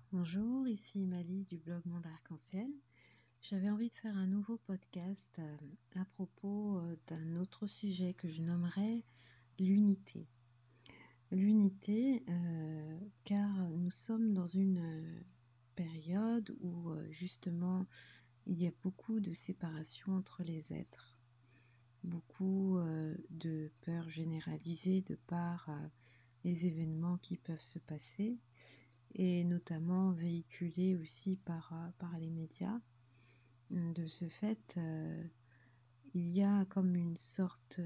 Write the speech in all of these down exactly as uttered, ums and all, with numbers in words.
Bonjour, ici Mali du blog Monde Arc-en-Ciel. J'avais envie de faire un nouveau podcast euh, à propos euh, d'un autre sujet que je nommerais l'unité. L'unité, euh, car nous sommes dans une euh, période où euh, justement il y a beaucoup de séparation entre les êtres, beaucoup euh, de peur généralisée de par euh, les événements qui peuvent se passer, et notamment véhiculés aussi par, par les médias. De ce fait, euh, il y a comme une sorte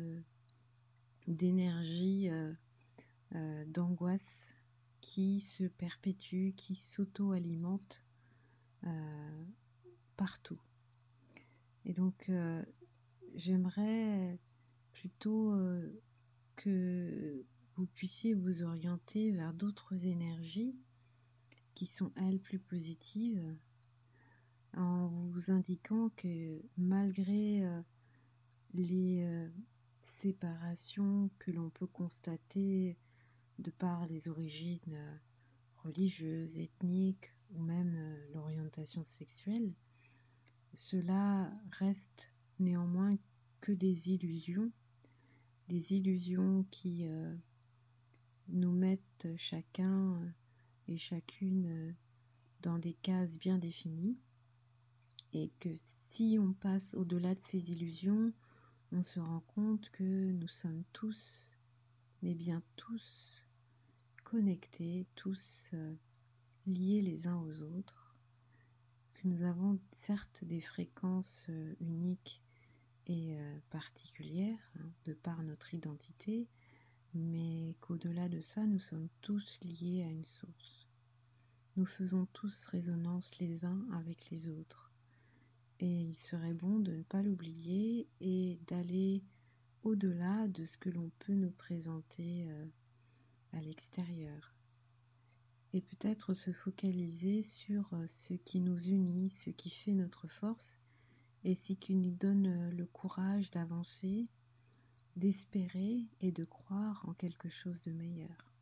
d'énergie, euh, euh, d'angoisse qui se perpétue, qui s'auto-alimente euh, partout. Et donc, euh, j'aimerais plutôt euh, que vous puissiez vous orienter vers d'autres énergies qui sont, elles, plus positives, en vous indiquant que malgré euh, les euh, séparations que l'on peut constater de par les origines euh, religieuses, ethniques ou même euh, l'orientation sexuelle, cela reste néanmoins que des illusions, des illusions qui euh, nous mettent chacun et chacune dans des cases bien définies, et que si on passe au-delà de ces illusions, on se rend compte que nous sommes tous, mais bien tous, connectés, tous euh, liés les uns aux autres, que nous avons certes des fréquences euh, uniques et euh, particulières, hein, de par notre identité, mais qu'au-delà de ça, nous sommes tous liés à une source. Nous faisons tous résonance les uns avec les autres. Et il serait bon de ne pas l'oublier et d'aller au-delà de ce que l'on peut nous présenter euh, à l'extérieur. Et peut-être se focaliser sur euh, ce qui nous unit, ce qui fait notre force, et ce qui nous donne euh, le courage d'avancer, d'espérer et de croire en quelque chose de meilleur.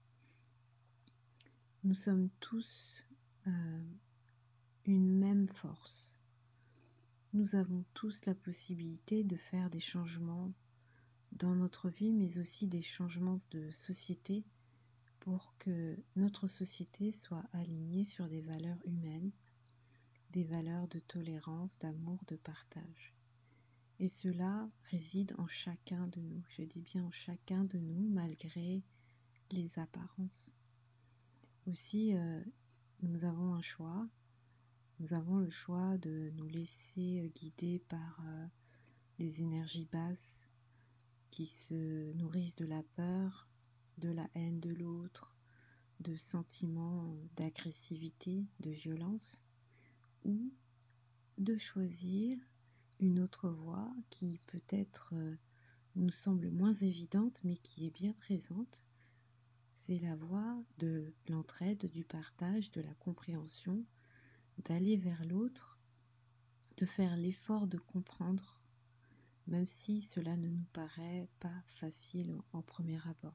Nous sommes tous euh, une même force. Nous avons tous la possibilité de faire des changements dans notre vie, mais aussi des changements de société pour que notre société soit alignée sur des valeurs humaines, des valeurs de tolérance, d'amour, de partage. Et cela réside en chacun de nous, je dis bien en chacun de nous, malgré les apparences. Aussi, euh, nous avons un choix, nous avons le choix de nous laisser guider par euh, les énergies basses qui se nourrissent de la peur, de la haine de l'autre, de sentiments d'agressivité, de violence, ou de choisir une autre voie qui peut-être euh, nous semble moins évidente mais qui est bien présente. C'est la voie de l'entraide, du partage, de la compréhension, d'aller vers l'autre, de faire l'effort de comprendre, même si cela ne nous paraît pas facile en premier abord.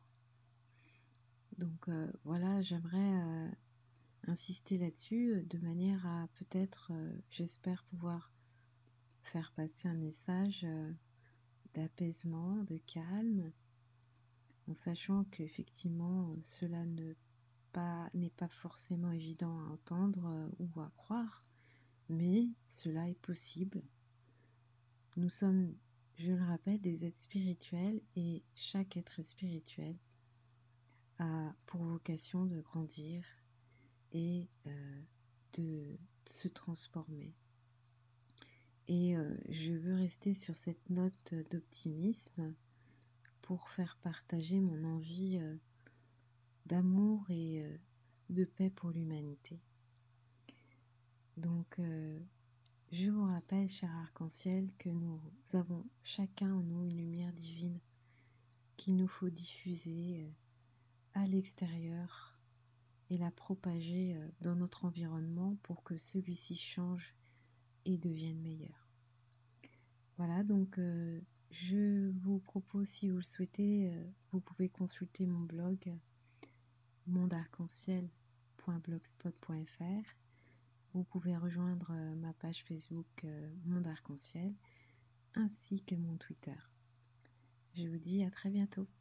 Donc euh, voilà, j'aimerais euh, insister là-dessus de manière à peut-être, euh, j'espère pouvoir faire passer un message euh, d'apaisement, de calme, en sachant qu'effectivement cela ne pas, n'est pas forcément évident à entendre euh, ou à croire, mais cela est possible. Nous sommes, je le rappelle, des êtres spirituels et chaque être spirituel a pour vocation de grandir et euh, de se transformer. Et euh, je veux rester sur cette note d'optimisme pour faire partager mon envie euh, d'amour et euh, de paix pour l'humanité. Donc, euh, je vous rappelle, cher arc-en-ciel, que nous avons chacun en nous une lumière divine qu'il nous faut diffuser euh, à l'extérieur et la propager euh, dans notre environnement pour que celui-ci change et devienne meilleur. Voilà, donc euh, je vous propose, si vous le souhaitez, euh, vous pouvez consulter mon blog monde arc en ciel point blogspot point fr. Vous pouvez rejoindre ma page Facebook euh, Monde Arc-en-Ciel ainsi que mon Twitter. Je vous dis à très bientôt.